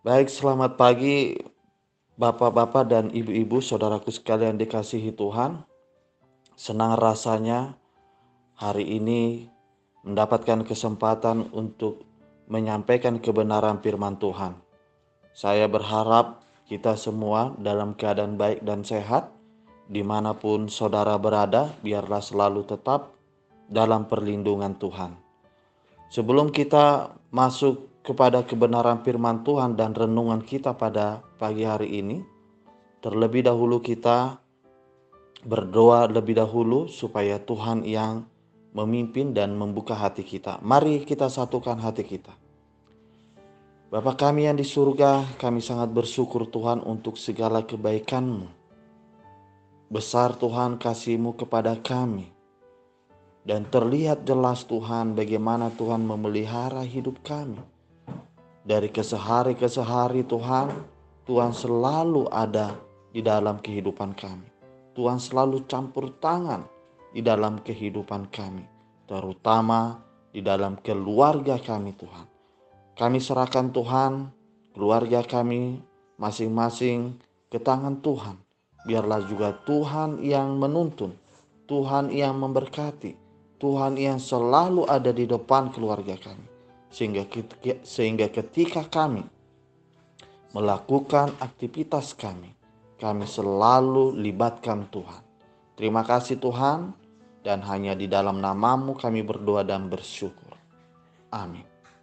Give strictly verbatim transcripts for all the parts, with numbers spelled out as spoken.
Baik, selamat pagi Bapak-bapak dan Ibu-ibu, saudaraku sekalian dikasihi Tuhan. Senang rasanya hari ini mendapatkan kesempatan untuk menyampaikan kebenaran firman Tuhan. Saya berharap kita semua dalam keadaan baik dan sehat, dimanapun saudara berada, biarlah selalu tetap dalam perlindungan Tuhan. Sebelum kita masuk kepada kebenaran firman Tuhan dan renungan kita pada pagi hari ini, terlebih dahulu kita berdoa lebih dahulu supaya Tuhan yang memimpin dan membuka hati kita. Mari kita satukan hati kita. Bapa kami yang di surga, kami sangat bersyukur Tuhan untuk segala kebaikan-Mu. Besar Tuhan kasih-Mu kepada kami. Dan terlihat jelas Tuhan bagaimana Tuhan memelihara hidup kami. Dari kesehari ke sehari Tuhan, Tuhan selalu ada di dalam kehidupan kami. Tuhan selalu campur tangan di dalam kehidupan kami, terutama di dalam keluarga kami Tuhan. Kami serahkan Tuhan, keluarga kami masing-masing ke tangan Tuhan. Biarlah juga Tuhan yang menuntun, Tuhan yang memberkati, Tuhan yang selalu ada di depan keluarga kami. Sehingga, sehingga ketika kami melakukan aktivitas kami, kami selalu libatkan Tuhan. Terima kasih Tuhan, dan hanya di dalam nama-Mu kami berdoa dan bersyukur. Amin.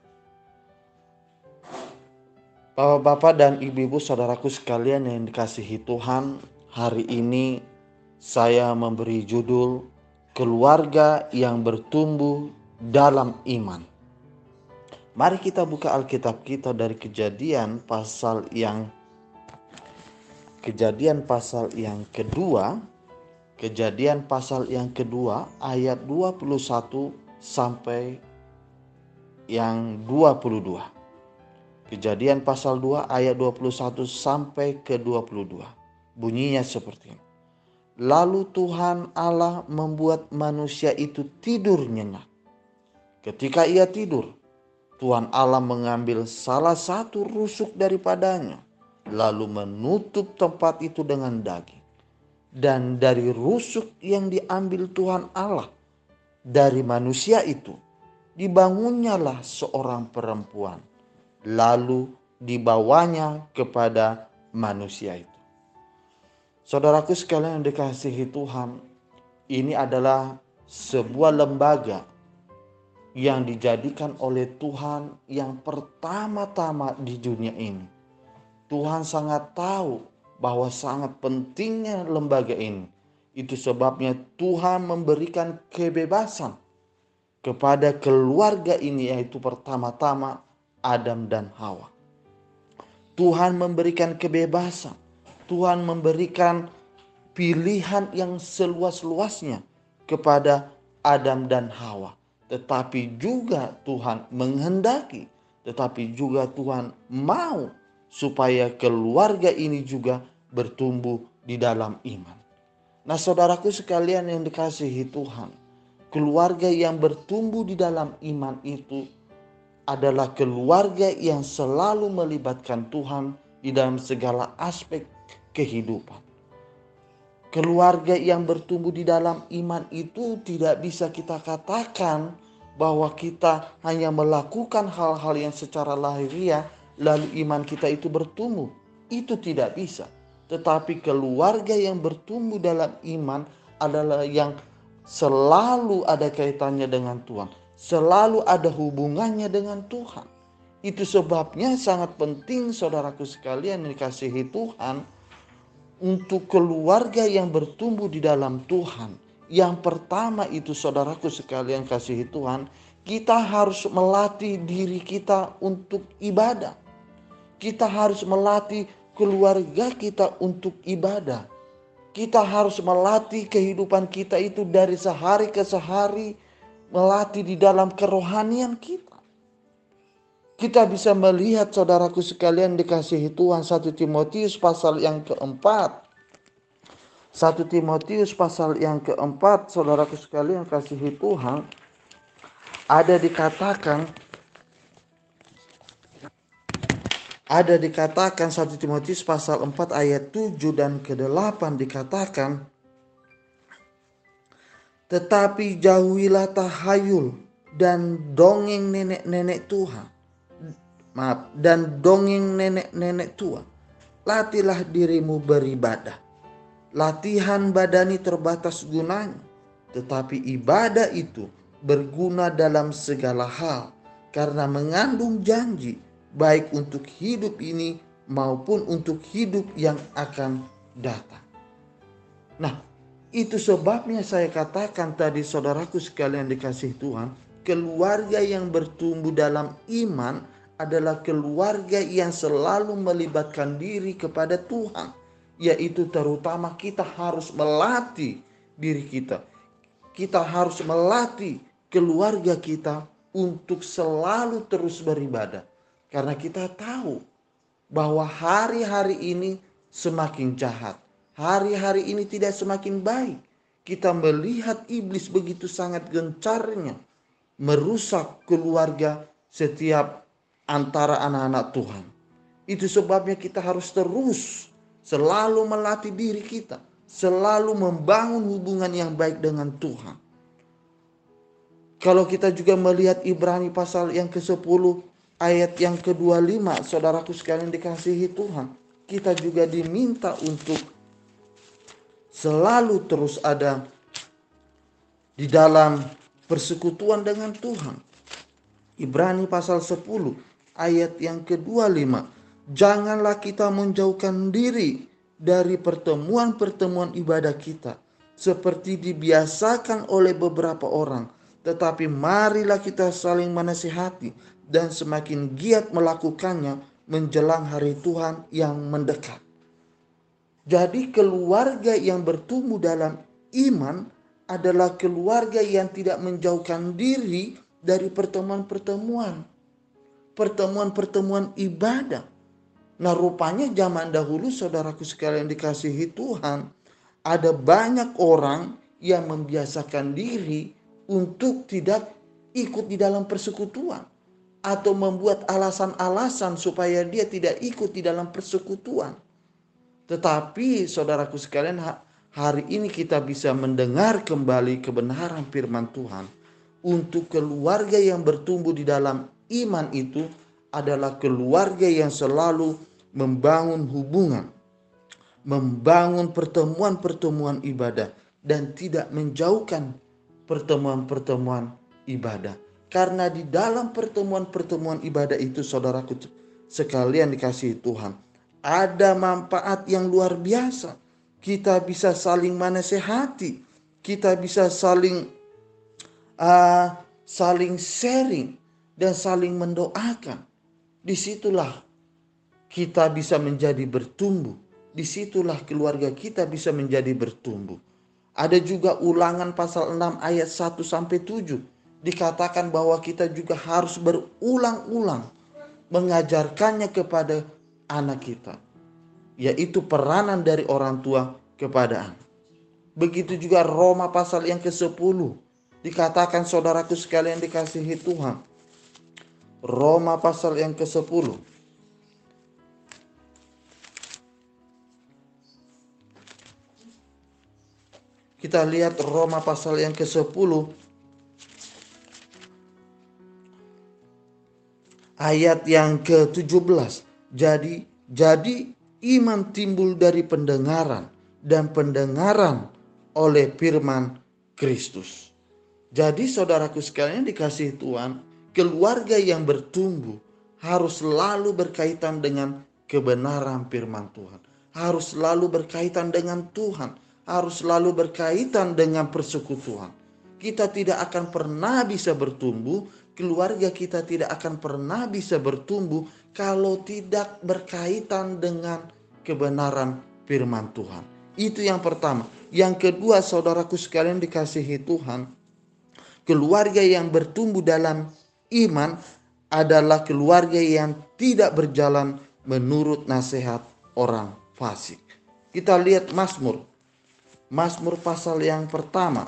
Bapak-bapak dan ibu-ibu saudaraku sekalian yang dikasihi Tuhan, hari ini saya memberi judul Keluarga yang Bertumbuh dalam Iman. Mari kita buka Alkitab kita dari Kejadian pasal yang Kejadian pasal yang kedua, Kejadian pasal yang kedua ayat dua puluh satu sampai yang dua puluh dua. Kejadian pasal dua ayat dua puluh satu sampai ke dua puluh dua. Bunyinya seperti ini. Lalu Tuhan Allah membuat manusia itu tidur nyenyak. Ketika ia tidur, Tuhan Allah mengambil salah satu rusuk daripadanya, lalu menutup tempat itu dengan daging. Dan dari rusuk yang diambil Tuhan Allah dari manusia itu, dibangunnyalah seorang perempuan, lalu dibawanya kepada manusia itu. Saudaraku sekalian yang dikasihi Tuhan, ini adalah sebuah lembaga yang dijadikan oleh Tuhan yang pertama-tama di dunia ini. Tuhan sangat tahu bahwa sangat pentingnya lembaga ini. Itu sebabnya Tuhan memberikan kebebasan kepada keluarga ini, yaitu pertama-tama Adam dan Hawa. Tuhan memberikan kebebasan. Tuhan memberikan pilihan yang seluas-luasnya kepada Adam dan Hawa. Tetapi juga Tuhan menghendaki, tetapi juga Tuhan mau supaya keluarga ini juga bertumbuh di dalam iman. Nah, saudaraku sekalian yang dikasihi Tuhan, keluarga yang bertumbuh di dalam iman itu adalah keluarga yang selalu melibatkan Tuhan di dalam segala aspek kehidupan. Keluarga yang bertumbuh di dalam iman itu tidak bisa kita katakan bahwa kita hanya melakukan hal-hal yang secara lahiriah lalu iman kita itu bertumbuh. Itu tidak bisa. Tetapi keluarga yang bertumbuh dalam iman adalah yang selalu ada kaitannya dengan Tuhan, selalu ada hubungannya dengan Tuhan. Itu sebabnya sangat penting saudaraku sekalian yang dikasihi Tuhan, untuk keluarga yang bertumbuh di dalam Tuhan. Yang pertama itu saudaraku sekalian kasihi Tuhan, kita harus melatih diri kita untuk ibadah. Kita harus melatih keluarga kita untuk ibadah. Kita harus melatih kehidupan kita itu dari sehari ke sehari, melatih di dalam kerohanian kita. Kita bisa melihat saudaraku sekalian dikasihi Tuhan, satu Timotius pasal yang keempat. satu Timotius pasal yang keempat, saudaraku sekalian kasihi Tuhan, ada dikatakan Ada dikatakan satu Timotius pasal empat ayat tujuh dan kedelapan dikatakan, tetapi jauhilah tahayul dan dongeng nenek-nenek Tuhan. Maaf, dan dongeng nenek-nenek tua. Latihlah dirimu beribadah. Latihan badani terbatas gunanya, tetapi ibadah itu berguna dalam segala hal karena mengandung janji baik untuk hidup ini maupun untuk hidup yang akan datang. Nah, itu sebabnya saya katakan tadi, saudaraku sekalian dikasihi Tuhan, keluarga yang bertumbuh dalam iman adalah keluarga yang selalu melibatkan diri kepada Tuhan. Yaitu terutama kita harus melatih diri kita. Kita harus melatih keluarga kita untuk selalu terus beribadah. Karena kita tahu bahwa hari-hari ini semakin jahat. Hari-hari ini tidak semakin baik. Kita melihat iblis begitu sangat gencarnya merusak keluarga setiap antara anak-anak Tuhan. Itu sebabnya kita harus terus selalu melatih diri kita, selalu membangun hubungan yang baik dengan Tuhan. Kalau kita juga melihat Ibrani pasal yang kesepuluh ayat yang kedua puluh lima, saudaraku sekalian dikasihi Tuhan, kita juga diminta untuk selalu terus ada di dalam persekutuan dengan Tuhan. Ibrani pasal sepuluh ayat yang kedua puluh lima. Janganlah kita menjauhkan diri dari pertemuan-pertemuan ibadah kita seperti dibiasakan oleh beberapa orang, tetapi marilah kita saling menasihati dan semakin giat melakukannya menjelang hari Tuhan yang mendekat. Jadi keluarga yang bertumbuh dalam iman adalah keluarga yang tidak menjauhkan diri dari pertemuan-pertemuan, pertemuan-pertemuan ibadah. Nah, rupanya zaman dahulu, saudaraku sekalian dikasihi Tuhan, ada banyak orang yang membiasakan diri untuk tidak ikut di dalam persekutuan atau membuat alasan-alasan supaya dia tidak ikut di dalam persekutuan. Tetapi saudaraku sekalian, hari ini kita bisa mendengar kembali kebenaran firman Tuhan. Untuk keluarga yang bertumbuh di dalam iman itu adalah keluarga yang selalu membangun hubungan, membangun pertemuan-pertemuan ibadah, dan tidak menjauhkan pertemuan-pertemuan ibadah. Karena di dalam pertemuan-pertemuan ibadah itu, saudaraku sekalian dikasihi Tuhan, ada manfaat yang luar biasa. Kita bisa saling menasehati, kita bisa saling uh, saling sharing dan saling mendoakan. Disitulah kita bisa menjadi bertumbuh. Disitulah keluarga kita bisa menjadi bertumbuh. Ada juga Ulangan pasal enam ayat satu sampai tujuh. Dikatakan bahwa kita juga harus berulang-ulang mengajarkannya kepada anak kita. Yaitu peranan dari orang tua kepada anak. Begitu juga Roma pasal yang kesepuluh. Dikatakan, saudaraku sekalian dikasihi Tuhan, Roma pasal yang kesepuluh. Kita lihat Roma pasal yang kesepuluh ayat yang ke tujuh belas. Jadi, jadi iman timbul dari pendengaran dan pendengaran oleh firman Kristus. Jadi saudaraku sekalian dikasihi Tuhan, keluarga yang bertumbuh harus selalu berkaitan dengan kebenaran firman Tuhan. Harus selalu berkaitan dengan Tuhan. Harus selalu berkaitan dengan persekutuan. Kita tidak akan pernah bisa bertumbuh, keluarga kita tidak akan pernah bisa bertumbuh kalau tidak berkaitan dengan kebenaran firman Tuhan. Itu yang pertama. Yang kedua, saudaraku sekalian dikasihi Tuhan, keluarga yang bertumbuh dalam iman adalah keluarga yang tidak berjalan menurut nasihat orang fasik. Kita lihat Mazmur. Mazmur pasal yang pertama.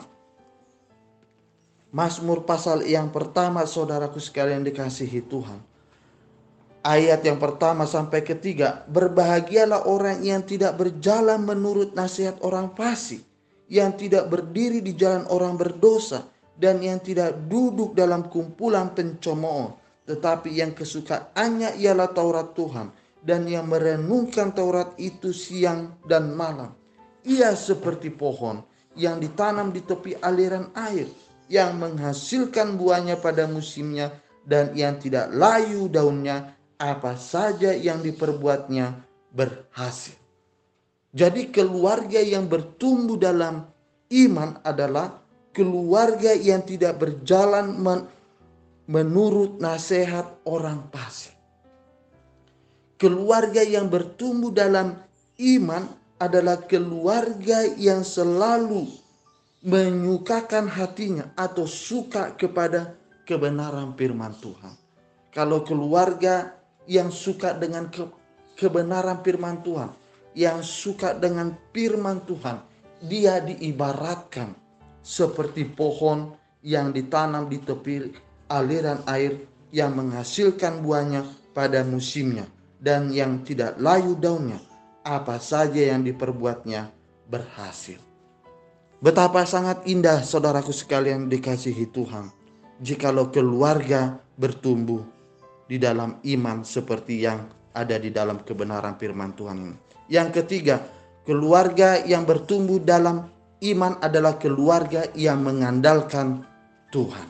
Mazmur pasal yang pertama, saudaraku sekalian dikasihi Tuhan. ayat yang pertama sampai ketiga, berbahagialah orang yang tidak berjalan menurut nasihat orang fasik, yang tidak berdiri di jalan orang berdosa, dan yang tidak duduk dalam kumpulan pencemooh, tetapi yang kesukaannya ialah Taurat Tuhan, dan yang merenungkan Taurat itu siang dan malam. Ia seperti pohon yang ditanam di tepi aliran air, yang menghasilkan buahnya pada musimnya, dan yang tidak layu daunnya, apa saja yang diperbuatnya berhasil. Jadi keluarga yang bertumbuh dalam iman adalah keluarga yang tidak berjalan men- menurut nasihat orang fasik. Keluarga yang bertumbuh dalam iman adalah keluarga yang selalu menyukakan hatinya atau suka kepada kebenaran firman Tuhan. Kalau keluarga yang suka dengan ke, kebenaran firman Tuhan, yang suka dengan firman Tuhan, dia diibaratkan seperti pohon yang ditanam di tepi aliran air, yang menghasilkan buahnya pada musimnya, dan yang tidak layu daunnya, apa saja yang diperbuatnya berhasil. Betapa sangat indah saudaraku sekalian dikasihi Tuhan, jikalau keluarga bertumbuh di dalam iman seperti yang ada di dalam kebenaran firman Tuhan ini. Yang ketiga, keluarga yang bertumbuh dalam iman adalah keluarga yang mengandalkan Tuhan.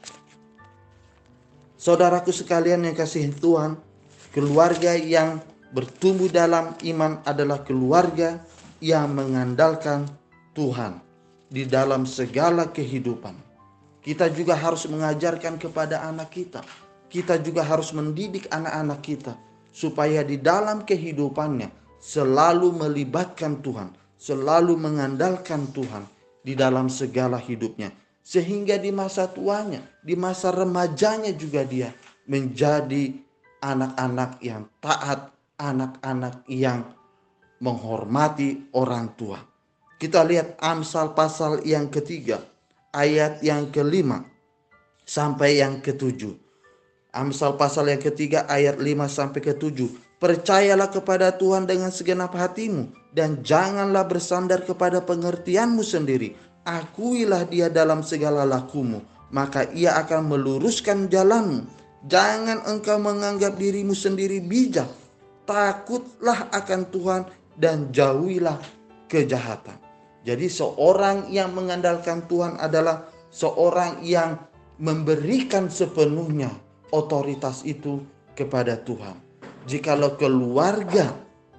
Saudaraku sekalian yang kasih Tuhan, keluarga yang bertumbuh dalam iman adalah keluarga yang mengandalkan Tuhan di dalam segala kehidupan. Kita juga harus mengajarkan kepada anak kita. Kita juga harus mendidik anak-anak kita supaya di dalam kehidupannya selalu melibatkan Tuhan, selalu mengandalkan Tuhan di dalam segala hidupnya. Sehingga di masa tuanya, di masa remajanya juga dia menjadi anak-anak yang taat, anak-anak yang menghormati orang tua. Kita lihat Amsal pasal yang ketiga, ayat yang kelima sampai yang ketujuh. Amsal pasal yang ketiga ayat lima sampai ketujuh. Percayalah kepada Tuhan dengan segenap hatimu, dan janganlah bersandar kepada pengertianmu sendiri. Akuilah dia dalam segala lakumu, maka ia akan meluruskan jalanmu. Jangan engkau menganggap dirimu sendiri bijak. Takutlah akan Tuhan dan jauhilah kejahatan. Jadi seorang yang mengandalkan Tuhan adalah seorang yang memberikan sepenuhnya otoritas itu kepada Tuhan. Jikalau keluarga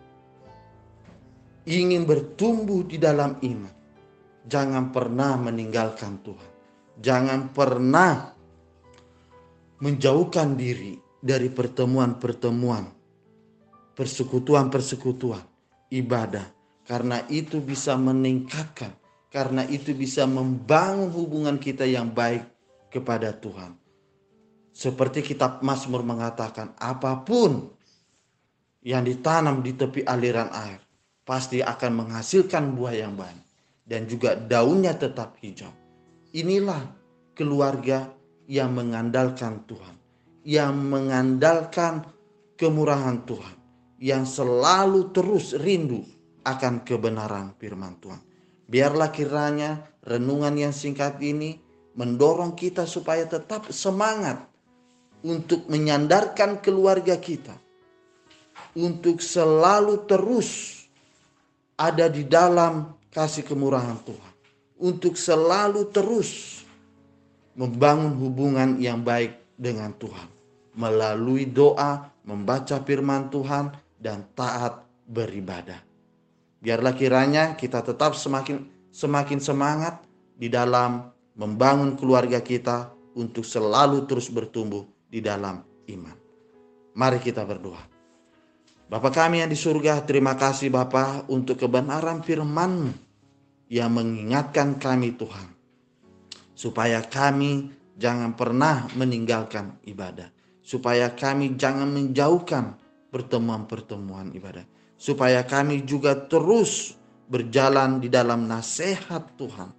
ingin bertumbuh di dalam iman, jangan pernah meninggalkan Tuhan. Jangan pernah menjauhkan diri dari pertemuan-pertemuan, persekutuan-persekutuan, ibadah. Karena itu bisa meningkatkan, karena itu bisa membangun hubungan kita yang baik kepada Tuhan. Seperti kitab Mazmur mengatakan, apapun yang ditanam di tepi aliran air pasti akan menghasilkan buah yang banyak, dan juga daunnya tetap hijau. Inilah keluarga yang mengandalkan Tuhan, yang mengandalkan kemurahan Tuhan, yang selalu terus rindu akan kebenaran firman Tuhan. Biarlah kiranya renungan yang singkat ini mendorong kita supaya tetap semangat untuk menyandarkan keluarga kita, untuk selalu terus ada di dalam kasih kemurahan Tuhan, untuk selalu terus membangun hubungan yang baik dengan Tuhan melalui doa, membaca firman Tuhan, dan taat beribadah. Biarlah kiranya kita tetap semakin semakin semangat di dalam membangun keluarga kita untuk selalu terus bertumbuh di dalam iman. Mari kita berdoa. Bapa kami yang di surga, terima kasih Bapa untuk kebenaran firman-Mu yang mengingatkan kami Tuhan, supaya kami jangan pernah meninggalkan ibadah, supaya kami jangan menjauhkan pertemuan-pertemuan ibadah, supaya kami juga terus berjalan di dalam nasihat Tuhan,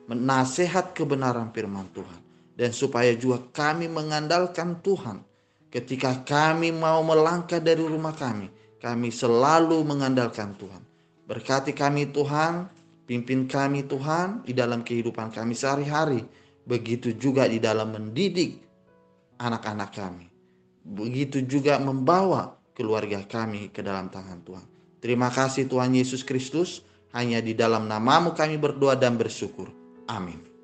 nasihat kebenaran firman Tuhan, dan supaya juga kami mengandalkan Tuhan Ketika kami mau melangkah dari rumah kami, kami selalu mengandalkan Tuhan. Berkati kami Tuhan, pimpin kami Tuhan di dalam kehidupan kami sehari-hari. Begitu juga di dalam mendidik anak-anak kami. Begitu juga membawa keluarga kami ke dalam tangan Tuhan. Terima kasih Tuhan Yesus Kristus. Hanya di dalam namamu kami berdoa dan bersyukur. Amin.